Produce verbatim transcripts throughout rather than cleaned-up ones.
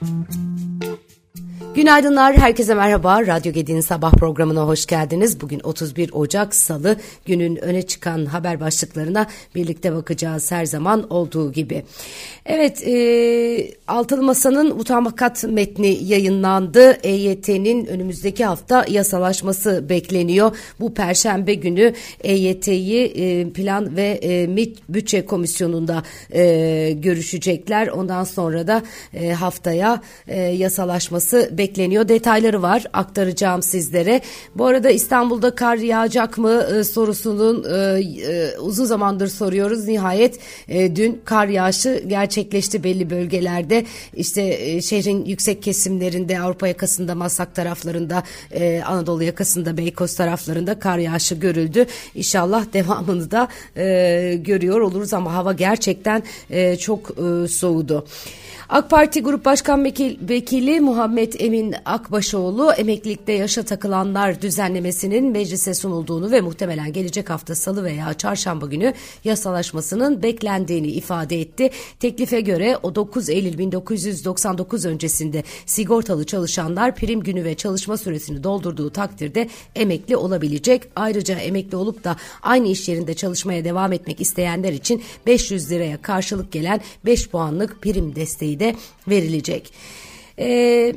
Günaydınlar, herkese merhaba. Radyo Gedi'nin sabah programına hoş geldiniz. Bugün otuz bir Ocak Salı, günün öne çıkan haber başlıklarına birlikte bakacağız her zaman olduğu gibi. Evet, e, Altılı Masa'nın mutabakat metni yayınlandı. E Y T'nin önümüzdeki hafta yasalaşması bekleniyor. Bu Perşembe günü E Y T'yi e, Plan ve e, Bütçe Komisyonu'nda e, görüşecekler. Ondan sonra da e, haftaya e, yasalaşması bekleniyor. bekleniyor. Detayları var, aktaracağım sizlere. Bu arada İstanbul'da kar yağacak mı e, sorusunun e, e, uzun zamandır soruyoruz. Nihayet e, dün kar yağışı gerçekleşti belli bölgelerde. İşte e, şehrin yüksek kesimlerinde, Avrupa yakasında, Maslak taraflarında, e, Anadolu yakasında, Beykoz taraflarında kar yağışı görüldü. İnşallah devamını da e, görüyor oluruz ama hava gerçekten e, çok e, soğudu. AK Parti Grup Başkan Vekili Muhammed Emin Akbaşoğlu, emeklilikte yaşa takılanlar düzenlemesinin meclise sunulduğunu ve muhtemelen gelecek hafta Salı veya Çarşamba günü yasalaşmasının beklendiğini ifade etti. Teklife göre o dokuz Eylül bin dokuz yüz doksan dokuz öncesinde sigortalı çalışanlar prim günü ve çalışma süresini doldurduğu takdirde emekli olabilecek. Ayrıca emekli olup da aynı iş yerinde çalışmaya devam etmek isteyenler için beş yüz liraya karşılık gelen beş puanlık prim desteği de verilecek. Ee,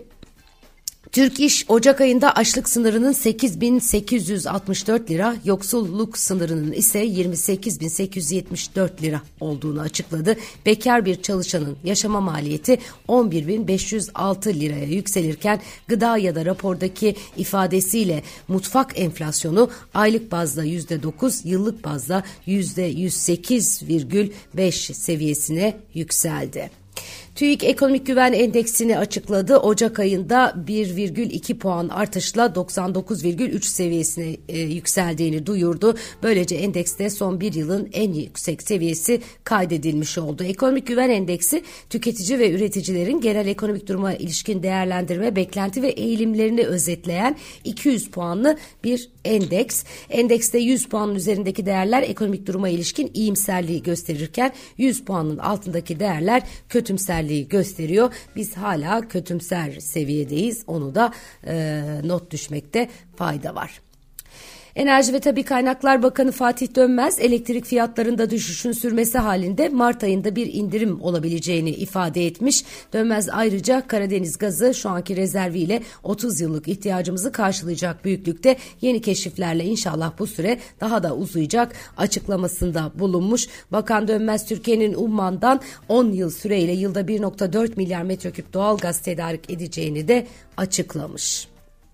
Türk İş Ocak ayında açlık sınırının sekiz bin sekiz yüz altmış dört lira, yoksulluk sınırının ise yirmi sekiz bin sekiz yüz yetmiş dört lira olduğunu açıkladı. Bekar bir çalışanın yaşama maliyeti on bir bin beş yüz altı liraya yükselirken gıda ya da rapordaki ifadesiyle mutfak enflasyonu aylık bazda yüzde dokuz, yıllık bazda yüzde yüz sekiz virgül beş seviyesine yükseldi. TÜİK Ekonomik Güven Endeksini açıkladı. Ocak ayında bir virgül iki puan artışla doksan dokuz virgül üç seviyesine e, yükseldiğini duyurdu. Böylece endekste son bir yılın en yüksek seviyesi kaydedilmiş oldu. Ekonomik Güven Endeksi, tüketici ve üreticilerin genel ekonomik duruma ilişkin değerlendirme, beklenti ve eğilimlerini özetleyen iki yüz puanlı bir endeks. Endekste yüz puanın üzerindeki değerler ekonomik duruma ilişkin iyimserliği gösterirken yüz puanın altındaki değerler kötümserliği gösteriyor. Biz hala kötümser seviyedeyiz. Onu da e, not düşmekte fayda var. Enerji ve Tabii Kaynaklar Bakanı Fatih Dönmez, elektrik fiyatlarında düşüşün sürmesi halinde Mart ayında bir indirim olabileceğini ifade etmiş. Dönmez ayrıca Karadeniz gazı şu anki rezerviyle otuz yıllık ihtiyacımızı karşılayacak büyüklükte, yeni keşiflerle inşallah bu süre daha da uzayacak açıklamasında bulunmuş. Bakan Dönmez, Türkiye'nin Umman'dan on yıl süreyle yılda bir virgül dört milyar metreküp doğalgaz tedarik edeceğini de açıklamış.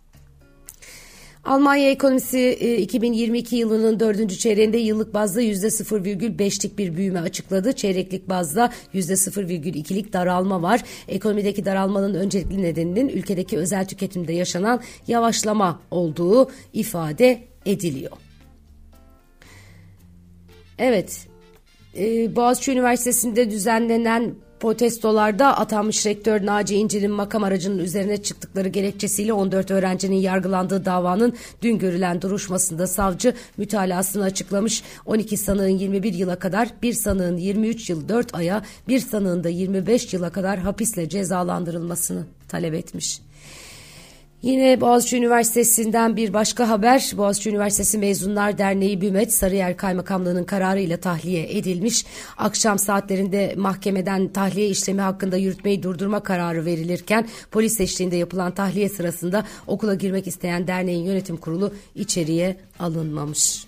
Almanya ekonomisi iki bin yirmi iki yılının dördüncü çeyreğinde yıllık bazda yüzde sıfır virgül beşlik bir büyüme açıkladı. Çeyreklik bazda yüzde sıfır virgül ikilik daralma var. Ekonomideki daralmanın öncelikli nedeninin ülkedeki özel tüketimde yaşanan yavaşlama olduğu ifade ediliyor. Evet, Boğaziçi Üniversitesi'nde düzenlenen protestolarda atanmış rektör Naci İncil'in makam aracının üzerine çıktıkları gerekçesiyle on dört öğrencinin yargılandığı davanın dün görülen duruşmasında savcı mütalasını açıklamış. on iki sanığın yirmi bir yıla kadar, bir sanığın yirmi üç yıl dört aya, bir sanığın da yirmi beş yıla kadar hapisle cezalandırılmasını talep etmiş. Yine Boğaziçi Üniversitesi'nden bir başka haber. Boğaziçi Üniversitesi Mezunlar Derneği BÜMET, Sarıyer Kaymakamlığı'nın kararıyla tahliye edilmiş. Akşam saatlerinde mahkemeden tahliye işlemi hakkında yürütmeyi durdurma kararı verilirken polis eşliğinde yapılan tahliye sırasında okula girmek isteyen derneğin yönetim kurulu içeriye alınmamış.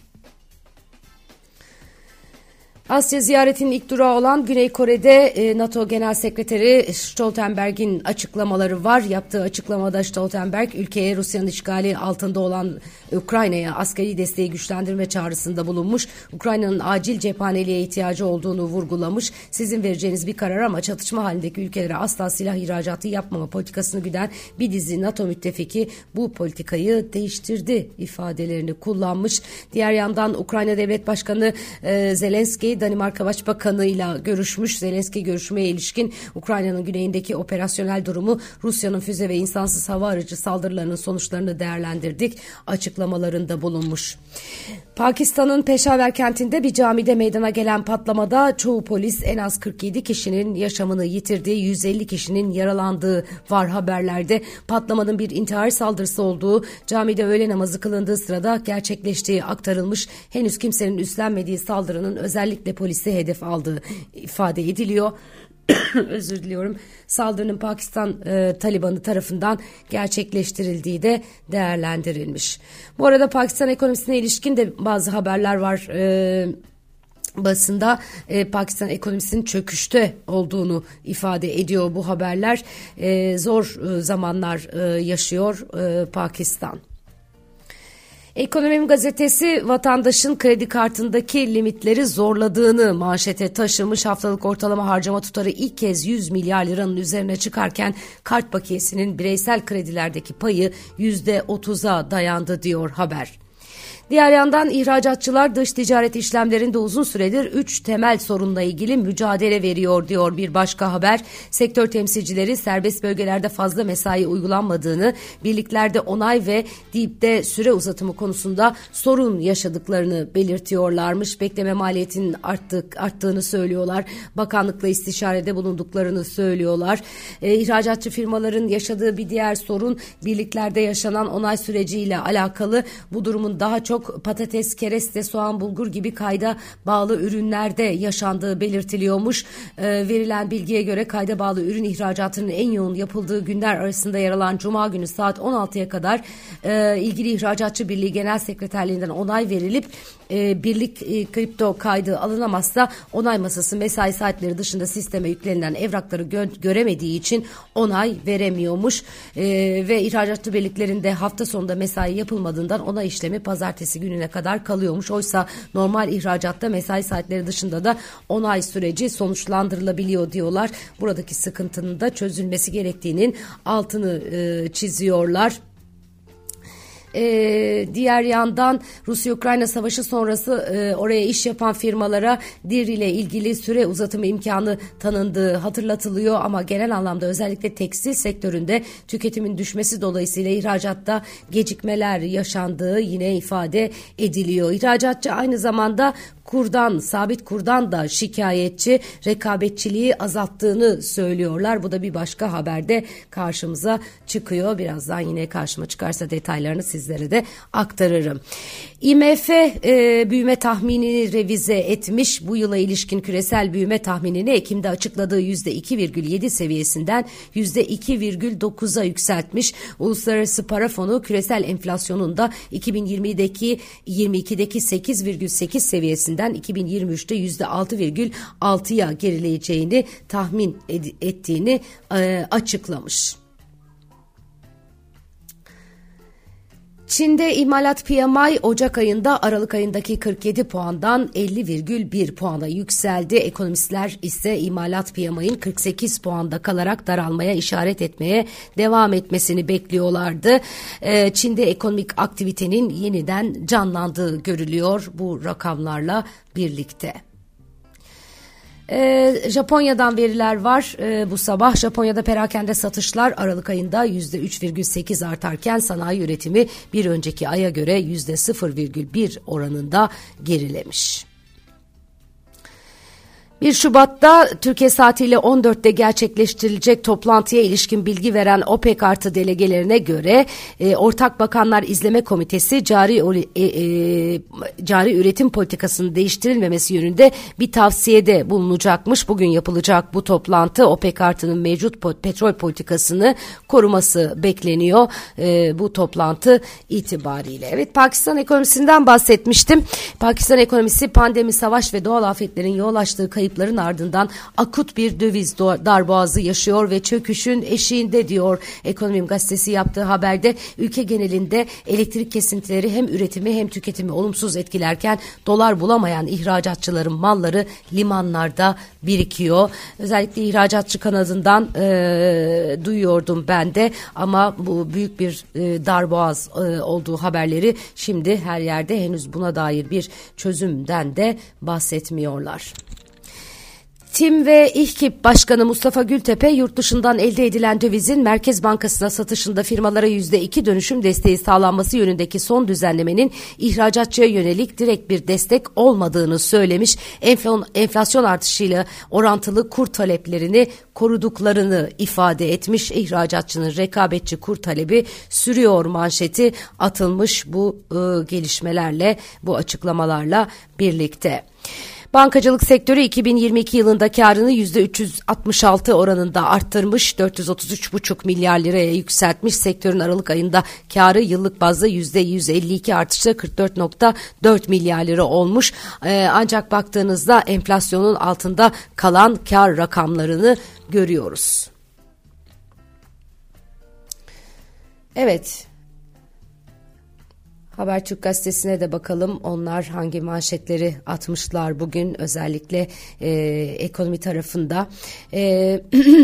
Asya ziyaretinin ilk durağı olan Güney Kore'de NATO Genel Sekreteri Stoltenberg'in açıklamaları var. Yaptığı açıklamada Stoltenberg, ülkeye Rusya'nın işgali altında olan Ukrayna'ya askeri desteği güçlendirme çağrısında bulunmuş. Ukrayna'nın acil cephaneliğe ihtiyacı olduğunu vurgulamış. Sizin vereceğiniz bir karar ama çatışma halindeki ülkelere asla silah ihracatı yapmama politikasını güden bir dizi NATO müttefiki bu politikayı değiştirdi ifadelerini kullanmış. Diğer yandan Ukrayna Devlet Başkanı e, Zelenski Zelenski Danimarka Başbakanı ile görüşmüş. Zelenski görüşmeye ilişkin Ukrayna'nın güneyindeki operasyonel durumu, Rusya'nın füze ve insansız hava aracı saldırılarının sonuçlarını değerlendirdik açıklamalarında bulunmuş. Pakistan'ın Peşaver kentinde bir camide meydana gelen patlamada çoğu polis, en az kırk yedi kişinin yaşamını yitirdiği, yüz elli kişinin yaralandığı var haberlerde. Patlamanın bir intihar saldırısı olduğu, camide öğle namazı kılındığı sırada gerçekleştiği aktarılmış. Henüz kimsenin üstlenmediği saldırının özellikle polisi hedef aldığı ifade ediliyor. Özür diliyorum. Saldırının Pakistan e, Talibanı tarafından gerçekleştirildiği de değerlendirilmiş. Bu arada Pakistan ekonomisine ilişkin de bazı haberler var. E, basında e, Pakistan ekonomisinin çöküşte olduğunu ifade ediyor bu haberler. E, zor e, zamanlar e, yaşıyor e, Pakistan. Ekonomim gazetesi vatandaşın kredi kartındaki limitleri zorladığını manşete taşımış. Haftalık ortalama harcama tutarı ilk kez yüz milyar liranın üzerine çıkarken kart bakiyesinin bireysel kredilerdeki payı yüzde otuza dayandı diyor haber. Diğer yandan ihracatçılar dış ticaret işlemlerinde uzun süredir üç temel sorunla ilgili mücadele veriyor diyor bir başka haber. Sektör temsilcileri serbest bölgelerde fazla mesai uygulanmadığını, birliklerde onay ve D İ P'de süre uzatımı konusunda sorun yaşadıklarını belirtiyorlarmış. Bekleme maliyetinin arttık, arttığını söylüyorlar. Bakanlıkla istişarede bulunduklarını söylüyorlar. E, ihracatçı firmaların yaşadığı bir diğer sorun birliklerde yaşanan onay süreciyle alakalı. Bu durumun daha çok patates, kereste, soğan, bulgur gibi kayda bağlı ürünlerde yaşandığı belirtiliyormuş. E, verilen bilgiye göre kayda bağlı ürün ihracatının en yoğun yapıldığı günler arasında yer alan Cuma günü saat on altıya kadar e, ilgili İhracatçı Birliği Genel Sekreterliğinden onay verilip e, birlik e, kripto kaydı alınamazsa onay masası mesai saatleri dışında sisteme yüklenilen evrakları gö- göremediği için onay veremiyormuş. E, ve ihracatçı birliklerinde hafta sonunda mesai yapılmadığından onay işlemi pazartesi gününe kadar kalıyormuş. Oysa normal ihracatta mesai saatleri dışında da onay süreci sonuçlandırılabiliyor diyorlar. Buradaki sıkıntının da çözülmesi gerektiğinin altını e, çiziyorlar. Ee, diğer yandan Rusya-Ukrayna savaşı sonrası e, oraya iş yapan firmalara D İ R ile ilgili süre uzatımı imkanı tanındığı hatırlatılıyor ama genel anlamda özellikle tekstil sektöründe tüketimin düşmesi dolayısıyla ihracatta gecikmeler yaşandığı yine ifade ediliyor. İhracatçı aynı zamanda kurdan, sabit kurdan da şikayetçi, rekabetçiliği azalttığını söylüyorlar. Bu da bir başka haberde karşımıza çıkıyor. Birazdan yine karşıma çıkarsa detaylarını sizlere de aktarırım. I M F e, büyüme tahminini revize etmiş. Bu yıla ilişkin küresel büyüme tahminini Ekim'de açıkladığı yüzde iki virgül yedi seviyesinden yüzde iki virgül dokuza yükseltmiş. Uluslararası Para Fonu küresel enflasyonun da iki bin yirmideki yirmi ikideki sekiz virgül sekiz seviyesinden iki bin yirmi üçte yüzde altı virgül altıya gerileyeceğini tahmin ed- ettiğini e, açıklamış. Çin'de imalat P M I Ocak ayında Aralık ayındaki kırk yedi puandan elli virgül bir puana yükseldi. Ekonomistler ise imalat P M I'nin kırk sekiz puanda kalarak daralmaya işaret etmeye devam etmesini bekliyorlardı. Ee, Çin'de ekonomik aktivitenin yeniden canlandığı görülüyor bu rakamlarla birlikte. Ee, Japonya'dan veriler var ee, bu sabah. Japonya'da perakende satışlar Aralık ayında yüzde üç virgül sekiz artarken sanayi üretimi bir önceki aya göre yüzde sıfır virgül bir oranında gerilemiş. bir Şubat'ta Türkiye saatiyle on dörtte gerçekleştirilecek toplantıya ilişkin bilgi veren OPEC artı delegelerine göre e, Ortak Bakanlar İzleme Komitesi cari e, e, cari üretim politikasının değiştirilmemesi yönünde bir tavsiyede bulunacakmış. Bugün yapılacak bu toplantı OPEC artı'nın mevcut petrol politikasını koruması bekleniyor e, bu toplantı itibariyle. Evet, Pakistan ekonomisinden bahsetmiştim. Pakistan ekonomisi pandemi, savaş ve doğal afetlerin yol açtığı kayıp kayıpların ardından akut bir döviz darboğazı yaşıyor ve çöküşün eşiğinde diyor. Ekonomim gazetesi yaptığı haberde ülke genelinde elektrik kesintileri hem üretimi hem tüketimi olumsuz etkilerken dolar bulamayan ihracatçıların malları limanlarda birikiyor. Özellikle ihracatçı kanadından e, duyuyordum ben de ama bu büyük bir e, darboğaz e, olduğu haberleri şimdi her yerde henüz buna dair bir çözümden de bahsetmiyorlar. TİM ve İHKİP Başkanı Mustafa Gültepe yurt dışından elde edilen dövizin Merkez Bankası'na satışında firmalara yüzde iki dönüşüm desteği sağlanması yönündeki son düzenlemenin ihracatçıya yönelik direkt bir destek olmadığını söylemiş. Enflasyon artışıyla orantılı kur taleplerini koruduklarını ifade etmiş. İhracatçının rekabetçi kur talebi sürüyor manşeti atılmış bu e, gelişmelerle, bu açıklamalarla birlikte. Bankacılık sektörü iki bin yirmi iki yılında karını yüzde üç yüz altmış altı oranında arttırmış, dört yüz otuz üç buçuk milyar liraya yükseltmiş. Sektörün Aralık ayında karı yıllık bazda yüzde yüz elli iki artışla kırk dört virgül dört milyar lira olmuş. Ee, ancak baktığınızda enflasyonun altında kalan kar rakamlarını görüyoruz. Evet. Habertürk gazetesine de bakalım. Onlar hangi manşetleri atmışlar bugün özellikle e, ekonomi tarafında. E,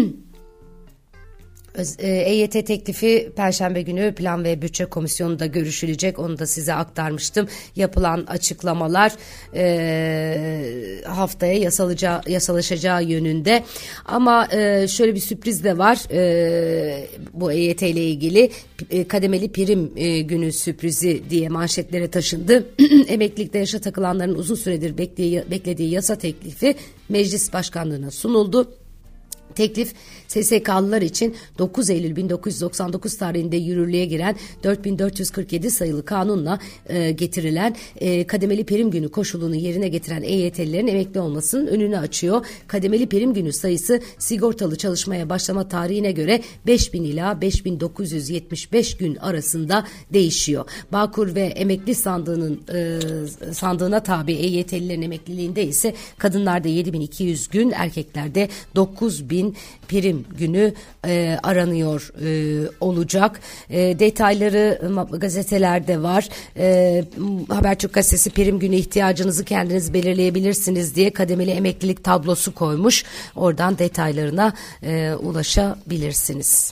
E Y T teklifi Perşembe günü Plan ve Bütçe Komisyonu'nda görüşülecek. Onu da size aktarmıştım. Yapılan açıklamalar e, haftaya yasalıca, yasalaşacağı yönünde. Ama e, şöyle bir sürpriz de var e, bu E Y T ile ilgili. E, kademeli prim e, günü sürprizi diye manşetlere taşındı. Emeklilikte yaşa takılanların uzun süredir beklediği, beklediği yasa teklifi meclis başkanlığına sunuldu. Teklif S S K'lılar için dokuz Eylül bin dokuz yüz doksan dokuz tarihinde yürürlüğe giren dört bin dört yüz kırk yedi sayılı kanunla e, getirilen e, kademeli prim günü koşulunu yerine getiren E Y T'lilerin emekli olmasının önünü açıyor. Kademeli prim günü sayısı sigortalı çalışmaya başlama tarihine göre beş bin ila beş bin dokuz yüz yetmiş beş gün arasında değişiyor. Bağkur ve emekli sandığının e, sandığına tabi E Y T'lilerin emekliliğinde ise kadınlarda yedi bin iki yüz gün, erkeklerde dokuz bin prim günü e, aranıyor e, olacak. E, detayları gazetelerde var. E, Habertürk gazetesi prim günü ihtiyacınızı kendiniz belirleyebilirsiniz diye kademeli emeklilik tablosu koymuş. Oradan detaylarına e, ulaşabilirsiniz.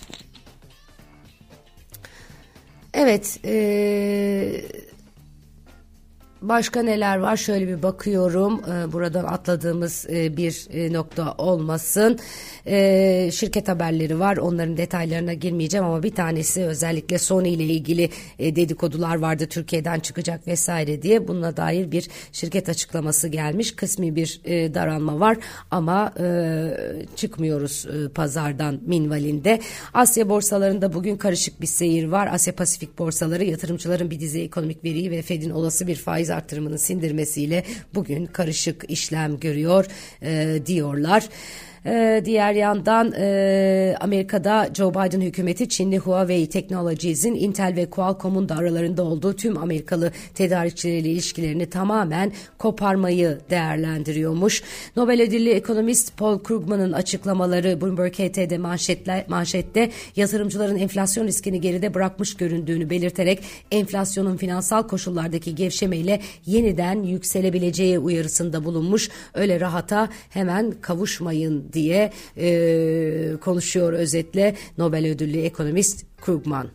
Evet. Eee Başka neler var? Şöyle bir bakıyorum. Ee, buradan atladığımız e, bir e, nokta olmasın. Ee, şirket haberleri var. Onların detaylarına girmeyeceğim ama bir tanesi özellikle Sony ile ilgili e, dedikodular vardı. Türkiye'den çıkacak vesaire diye. Bununla dair bir şirket açıklaması gelmiş. Kısmi bir e, daralma var ama e, çıkmıyoruz e, pazardan minvalinde. Asya borsalarında bugün karışık bir seyir var. Asya Pasifik borsaları yatırımcıların bir dizi ekonomik veriyi ve Fed'in olası bir faiz artırımının sindirmesiyle bugün karışık işlem görüyor e, diyorlar. Ee, diğer yandan e, Amerika'da Joe Biden hükümeti Çinli Huawei Technologies'in Intel ve Qualcomm'un da aralarında olduğu tüm Amerikalı tedarikçileriyle ilişkilerini tamamen koparmayı değerlendiriyormuş. Nobel ödüllü ekonomist Paul Krugman'ın açıklamaları Bloomberg H T'de manşetle, manşette yatırımcıların enflasyon riskini geride bırakmış göründüğünü belirterek enflasyonun finansal koşullardaki gevşemeyle yeniden yükselebileceği uyarısında bulunmuş. Öyle rahata hemen kavuşmayın diye e, konuşuyor özetle Nobel ödüllü ekonomist Krugman.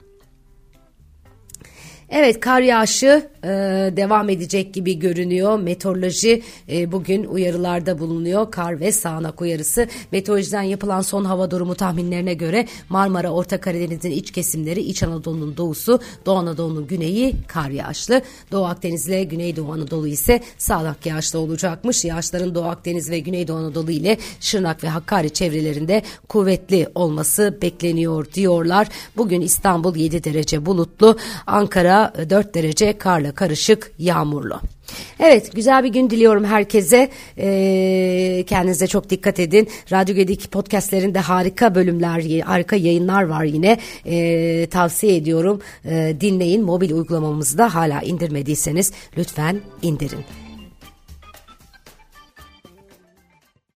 Evet, kar yağışı e, devam edecek gibi görünüyor. Meteoroloji e, bugün uyarılarda bulunuyor. Kar ve sağanak uyarısı. Meteorolojiden yapılan son hava durumu tahminlerine göre Marmara, Orta Karadeniz'in iç kesimleri, İç Anadolu'nun doğusu, Doğu Anadolu'nun güneyi kar yağışlı. Doğu Akdeniz ile Güneydoğu Anadolu ise sağanak yağışlı olacakmış. Yağışların Doğu Akdeniz ve Güneydoğu Anadolu ile Şırnak ve Hakkari çevrelerinde kuvvetli olması bekleniyor diyorlar. Bugün İstanbul yedi derece bulutlu, Ankara dört derece karla karışık yağmurlu. Evet, güzel bir gün diliyorum herkese. Ee, kendinize çok dikkat edin. Radyo Gedik podcastlerinde harika bölümler, harika yayınlar var yine. Ee, tavsiye ediyorum. Ee, dinleyin. Mobil uygulamamızı da hala indirmediyseniz lütfen indirin.